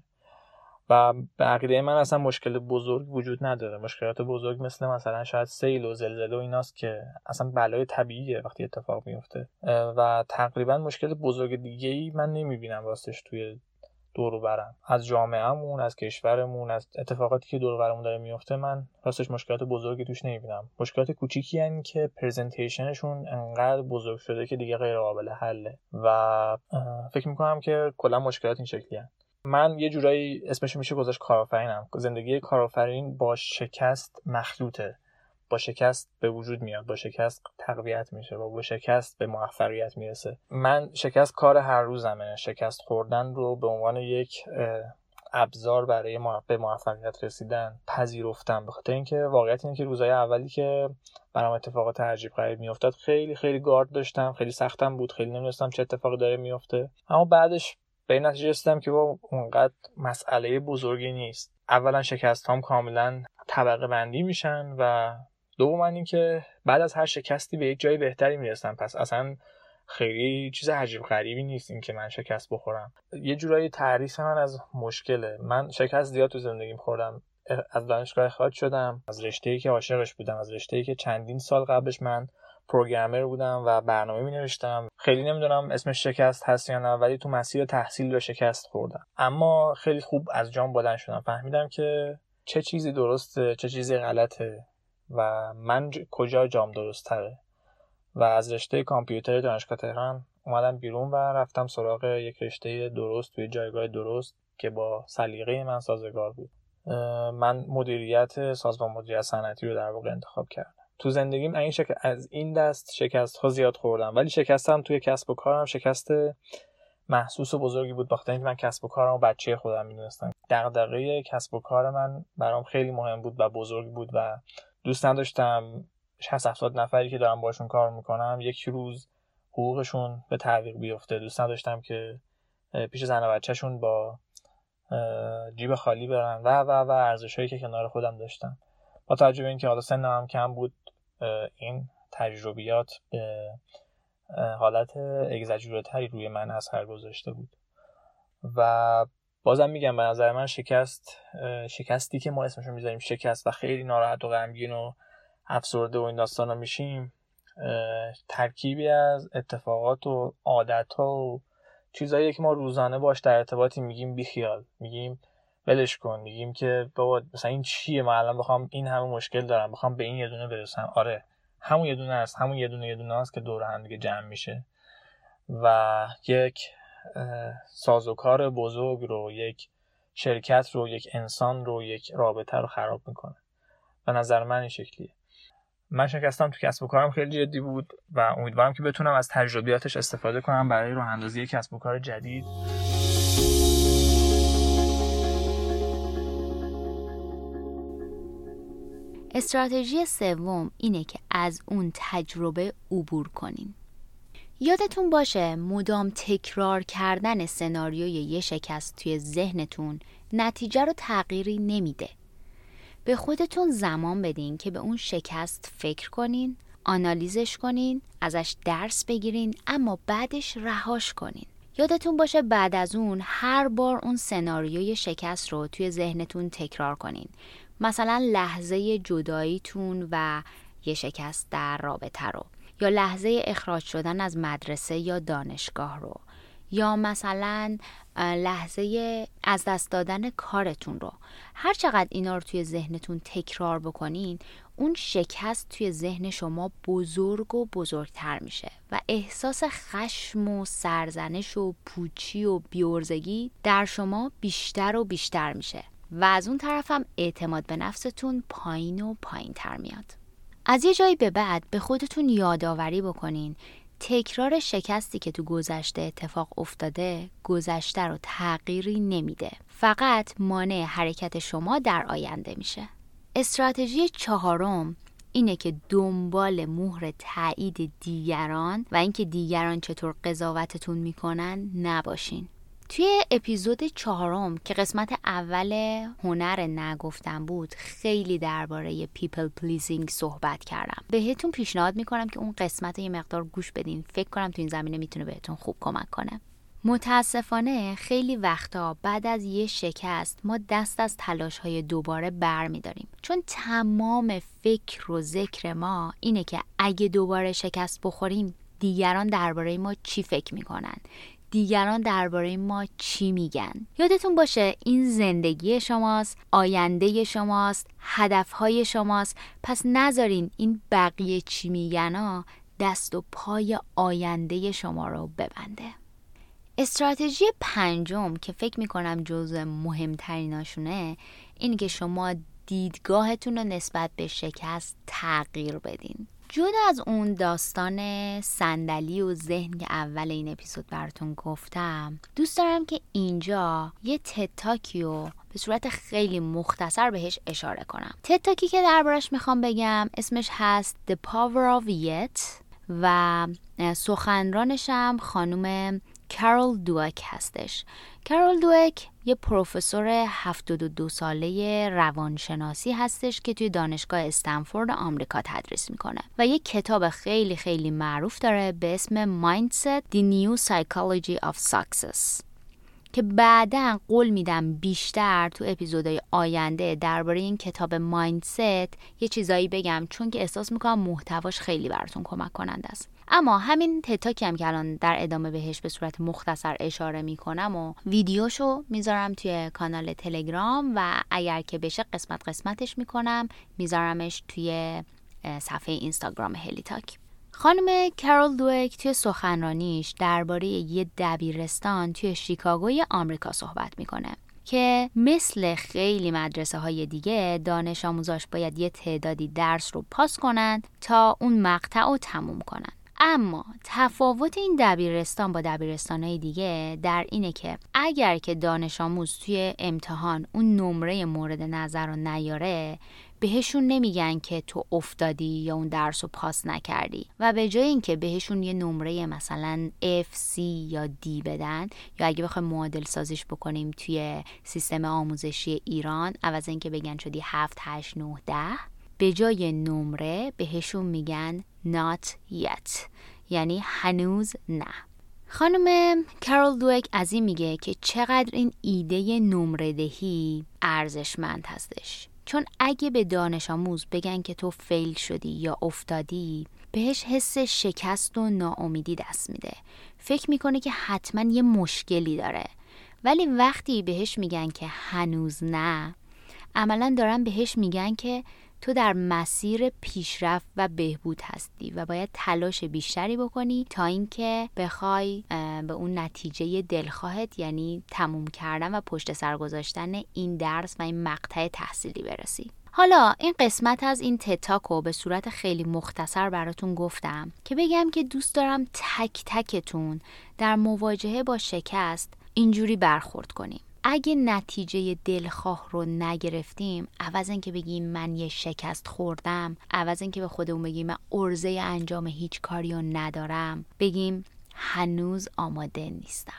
و به عقیده من اصلا مشکل بزرگ وجود نداره. مشکلات بزرگ مثل مثلا شاید سیل و زلزله و ایناست که اصلا بلای طبیعیه وقتی اتفاق میفته و تقریبا مشکل بزرگ دیگه‌ای من نمیبینم راستش توی دور و برم از جامعهمون، از کشورمون، از اتفاقاتی که دور و برمون داره میفته. من راستش مشکلات بزرگی توش نمیبینم. مشکلات کوچیکی هستن که پرزنتیشنشون انقدر بزرگ شده که دیگه غیر قابل حله و فکر میکنم که کلا مشکلات این شکلی هستن. من یه جورایی اسمش میشه گذاشت کارآفرینم. زندگی کارآفرین با شکست مخلوطه، با شکست به وجود میاد، با شکست تقویت میشه و با شکست به موفقیت میرسه. من شکست کار هر روزمه. شکست خوردن رو به عنوان یک ابزار برای به موفقیت رسیدن پذیرفتم، به خاطر اینکه واقعیت اینه که روزهای اولی که برام اتفاقات عجیب غریب میافتاد خیلی خیلی گارد داشتم، خیلی سختم بود، خیلی نمیدونستم چه اتفاقی داره میفته. اما بعدش به این نتیجه رسیدم که با اونقدر مسئله بزرگی نیست. اولا شکست هام کاملا طبقه بندی میشن و دوم این که بعد از هر شکستی به یک جای بهتری میرسن. پس اصلا خیلی چیز عجیب غریبی نیست این که من شکست بخورم. یه جورایی تعریف من از مشکله. من شکست زیاد تو زندگیم خوردم. از دانشگاه اخراج شدم، از رشته‌ای که عاشقش بودم، از رشته‌ای که چندین سال قبلش من پروگرامر بودم و برنامه می‌نوشتم. خیلی نمیدونم اسمش شکست هست یا نه، ولی تو مسیر تحصیل رو شکست خوردم. اما خیلی خوب از جام بلند شدم. فهمیدم که چه چیزی درسته، چه چیزی غلطه و من ج... کجا جام درست‌تره. و از رشته کامپیوتر دانشگاه تهران اومدم بیرون و رفتم سراغ یک رشته درست توی جایگاه درست که با سلیقه من سازگار بود. من مدیریت سازمان مدیریت صنعتی رو در واقع انتخاب کردم. تو زندگیم این شک... از این دست شکست ها زیاد خوردم، ولی شکستم توی کسب و کارم شکست محسوس و بزرگی بود، بخاطر اینکه من کسب و کارم و بچه خودم می‌دونستم. دغدغه کسب و کار من برام خیلی مهم بود و بزرگ بود و دوست نداشتم شصت هفتاد نفری که دارم باشون کار میکنم یک روز حقوقشون به تعویق بیفته. دوست نداشتم که پیش زن و بچه‌شون با جیب خالی برن و و و ارزش‌هایی که کنار خودم داشتم. با توجه به اینکه حالا سنم هم کم بود، این تجربیات به حالت اگزاجراتری روی من اثر گذاشته بود. و بازم میگم به نظر من شکست شکستی که ما اسمشو میذاریم شکست و خیلی ناراحت و غمگین و افسرده و این داستانا میشیم، ترکیبی از اتفاقات و عادت‌ها و چیزایی که ما روزانه باش در ارتباطی میگیم بیخیال، میگیم ولش کن، میگیم که بابا مثلا این چیه، من الان بخوام این همه مشکل دارم بخوام به این یه دونه برسم. آره همون یه دونه است، همون یه دونه یه دونه است که دور هم دیگه جمع میشه و یک سازوکار بزرگ رو، یک شرکت رو، یک انسان رو، یک رابطه رو خراب میکنه. به نظر من این شکلیه. من شکستم تو کسب و کارم خیلی جدی بود و امیدوارم که بتونم از تجربیاتش استفاده کنم برای راه اندازی کسب و کار جدید. استراتژی سوم اینه که از اون تجربه عبور کنین. یادتون باشه مدام تکرار کردن سناریوی یه شکست توی ذهنتون نتیجه رو تغییری نمیده. به خودتون زمان بدین که به اون شکست فکر کنین، آنالیزش کنین، ازش درس بگیرین، اما بعدش رهاش کنین. یادتون باشه بعد از اون هر بار اون سناریوی شکست رو توی ذهنتون تکرار کنین. مثلا لحظه جداییتون و یه شکست در رابطه رو، یا لحظه اخراج شدن از مدرسه یا دانشگاه رو، یا مثلا لحظه از دست دادن کارتون رو. هر چقدر اینا رو توی ذهنتون تکرار بکنین، اون شکست توی ذهن شما بزرگ و بزرگتر میشه و احساس خشم و سرزنش و پوچی و بی‌عرضگی در شما بیشتر و بیشتر میشه و از اون طرف هم اعتماد به نفستون پایین و پایین تر میاد. از یه جایی به بعد به خودتون یادآوری بکنین تکرار شکستی که تو گذشته اتفاق افتاده گذشته رو تغییری نمیده، فقط مانع حرکت شما در آینده میشه. استراتژی چهارم اینه که دنبال مهر تایید دیگران و اینکه دیگران چطور قضاوتتون میکنن نباشین. توی اپیزود چهارم که قسمت اول هنر نگفتن بود خیلی درباره پیپل پلیزینگ صحبت کردم. بهتون پیشنهاد میکنم که اون قسمت یه مقدار گوش بدین. فکر کنم تو این زمینه میتونه بهتون خوب کمک کنه. متاسفانه خیلی وقتا بعد از یه شکست ما دست از تلاش‌های دوباره بر می‌داریم، چون تمام فکر و ذکر ما اینه که اگه دوباره شکست بخوریم دیگران درباره ما چی فکر میکنن، دیگران درباره ما چی میگن. یادتون باشه این زندگی شماست، آینده شماست، هدفهای شماست. پس نذارین این بقیه چی میگنا دست و پای آینده شما رو ببنده. استراتژی پنجم که فکر میکنم جزو مهمتریناشونه اینه که شما دیدگاهتون رو نسبت به شکست تغییر بدین. جدا از اون داستان صندلی و ذهن که اول این اپیزود براتون گفتم، دوست دارم که اینجا یه تتاکیو به صورت خیلی مختصر بهش اشاره کنم. تتاکی که دربارش میخوام بگم اسمش هست The Power of Yet و سخنرانش هم خانم کارول دوک هستش. کارول دوک یه پروفسور هفتاد و دو ساله روانشناسی هستش که توی دانشگاه استنفورد آمریکا تدریس میکنه و یه کتاب خیلی خیلی معروف داره به اسم Mindset: The New Psychology of Success که بعداً قول میدم بیشتر تو اپیزودهای آینده درباره این کتاب مایندست یه چیزایی بگم، چون که احساس میکنم محتواش خیلی براتون کمک کننده است. اما همین تتاکی هم که الان در ادامه بهش به صورت مختصر اشاره میکنم و ویدیوشو میذارم توی کانال تلگرام و اگر که بشه قسمت قسمتش میکنم میذارمش توی صفحه اینستاگرام هلیتاک. خانم کارول دوک توی سخنرانیش درباره یه دبیرستان توی شیکاگوی آمریکا صحبت میکنه که مثل خیلی مدرسه های دیگه دانش آموزاش باید یه تعدادی درس رو پاس کنن تا اون مقطع رو تموم کنن. اما تفاوت این دبیرستان با دبیرستان‌های دیگه در اینه که اگر که دانش آموز توی امتحان اون نمره مورد نظر رو نیاره، بهشون نمیگن که تو افتادی یا اون درس رو پاس نکردی و به جای اینکه بهشون یه نمره مثلا اف، سی یا دی بدن، یا اگه بخوایم معادل سازیش بکنیم توی سیستم آموزشی ایران، عوض اینکه بگن شدی هفت، هشت، نه، ده، به جای نمره بهشون میگن not yet، یعنی هنوز نه. خانم کارول دوک از این میگه که چقدر این ایده نمره دهی ارزشمند هستش، چون اگه به دانش آموز بگن که تو فیل شدی یا افتادی، بهش حس شکست و ناامیدی دست میده، فکر میکنه که حتما یه مشکلی داره. ولی وقتی بهش میگن که هنوز نه، عملا دارن بهش میگن که تو در مسیر پیشرفت و بهبود هستی و باید تلاش بیشتری بکنی تا اینکه بخوای به اون نتیجه دلخواهت، یعنی تموم کردن و پشت سر گذاشتن این درس و این مقطع تحصیلی برسی. حالا این قسمت از این تتاکو به صورت خیلی مختصر براتون گفتم که بگم که دوست دارم تک تکتون در مواجهه با شکست اینجوری برخورد کنیم. اگه نتیجه دلخواه رو نگرفتیم، عوض اینکه بگیم من یه شکست خوردم، عوض اینکه به خودمون بگیم من عرضه انجام هیچ کاری رو ندارم، بگیم هنوز آماده نیستم.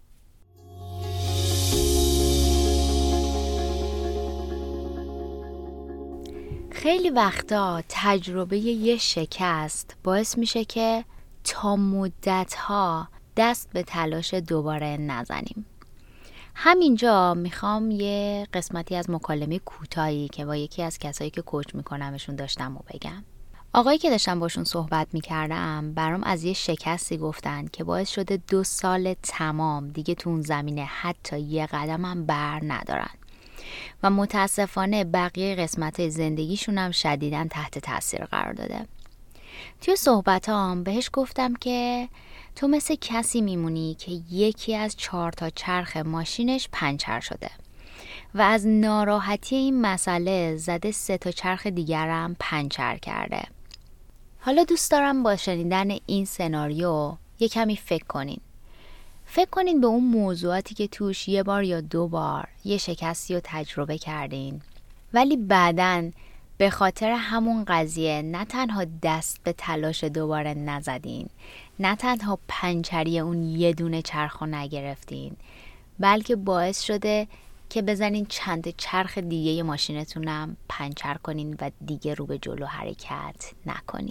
خیلی وقتا تجربه یه شکست باعث میشه که تا مدت‌ها دست به تلاش دوباره نزنیم. همینجا میخوام یه قسمتی از مکالمه کوتاهی که با یکی از کسایی که کوچ میکنمشون داشتم و بگم. آقایی که داشتم باشون صحبت میکردم برام از یه شکستی گفتن که باعث شده دو سال تمام دیگه تو اون زمینه حتی یه قدم هم بر ندارن و متاسفانه بقیه قسمت زندگیشون هم شدیداً تحت تاثیر قرار داده. توی صحبتام بهش گفتم که تو مثل کسی میمونی که یکی از چهار تا چرخ ماشینش پنچر شده و از ناراحتی این مسئله زده سه تا چرخ دیگرم پنچر کرده. حالا دوست دارم با شنیدن این سناریو یه کمی فکر کنین. فکر کنین به اون موضوعاتی که توش یه بار یا دو بار یه شکستی رو تجربه کردین، ولی بعدن به خاطر همون قضیه نه تنها دست به تلاش دوباره نزدین، نه تنها پنچری اون یه دونه چرخو نگرفتین، بلکه باعث شده که بزنین چند چرخ دیگه ماشینتونم پنچر کنین و دیگه رو به جلو حرکت نکنین.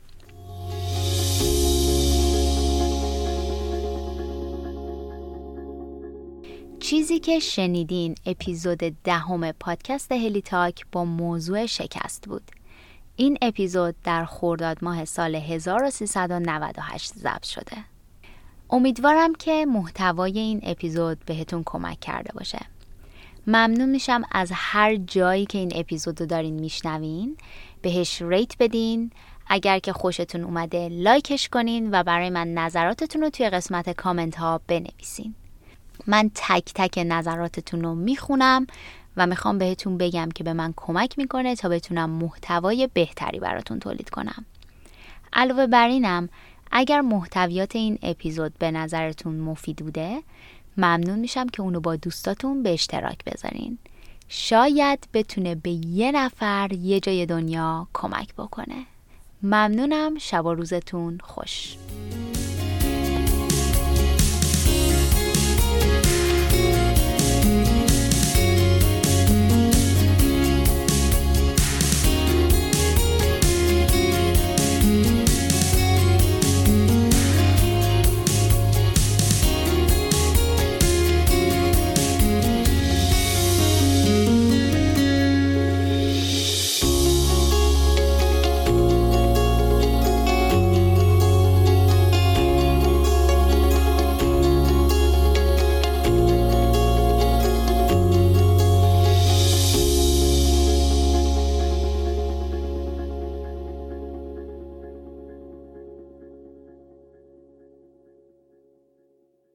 چیزی که شنیدین اپیزود دهم پادکست هلیتاک با موضوع شکست بود. این اپیزود در خرداد ماه سال هزار و سیصد و نود و هشت ضبط شده. امیدوارم که محتوای این اپیزود بهتون کمک کرده باشه. ممنون میشم از هر جایی که این اپیزودو دارین میشنوین بهش ریت بدین. اگر که خوشتون اومده لایکش کنین و برای من نظراتتون رو توی قسمت کامنت ها بنویسین. من تک تک نظراتتون رو میخونم و میخوام بهتون بگم که به من کمک میکنه تا بتونم محتوای بهتری براتون تولید کنم. علاوه بر اینم اگر محتویات این اپیزود به نظرتون مفید بوده، ممنون میشم که اونو با دوستاتون به اشتراک بذارین. شاید بتونه به یه نفر یه جای دنیا کمک بکنه. ممنونم. شب و روزتون خوش.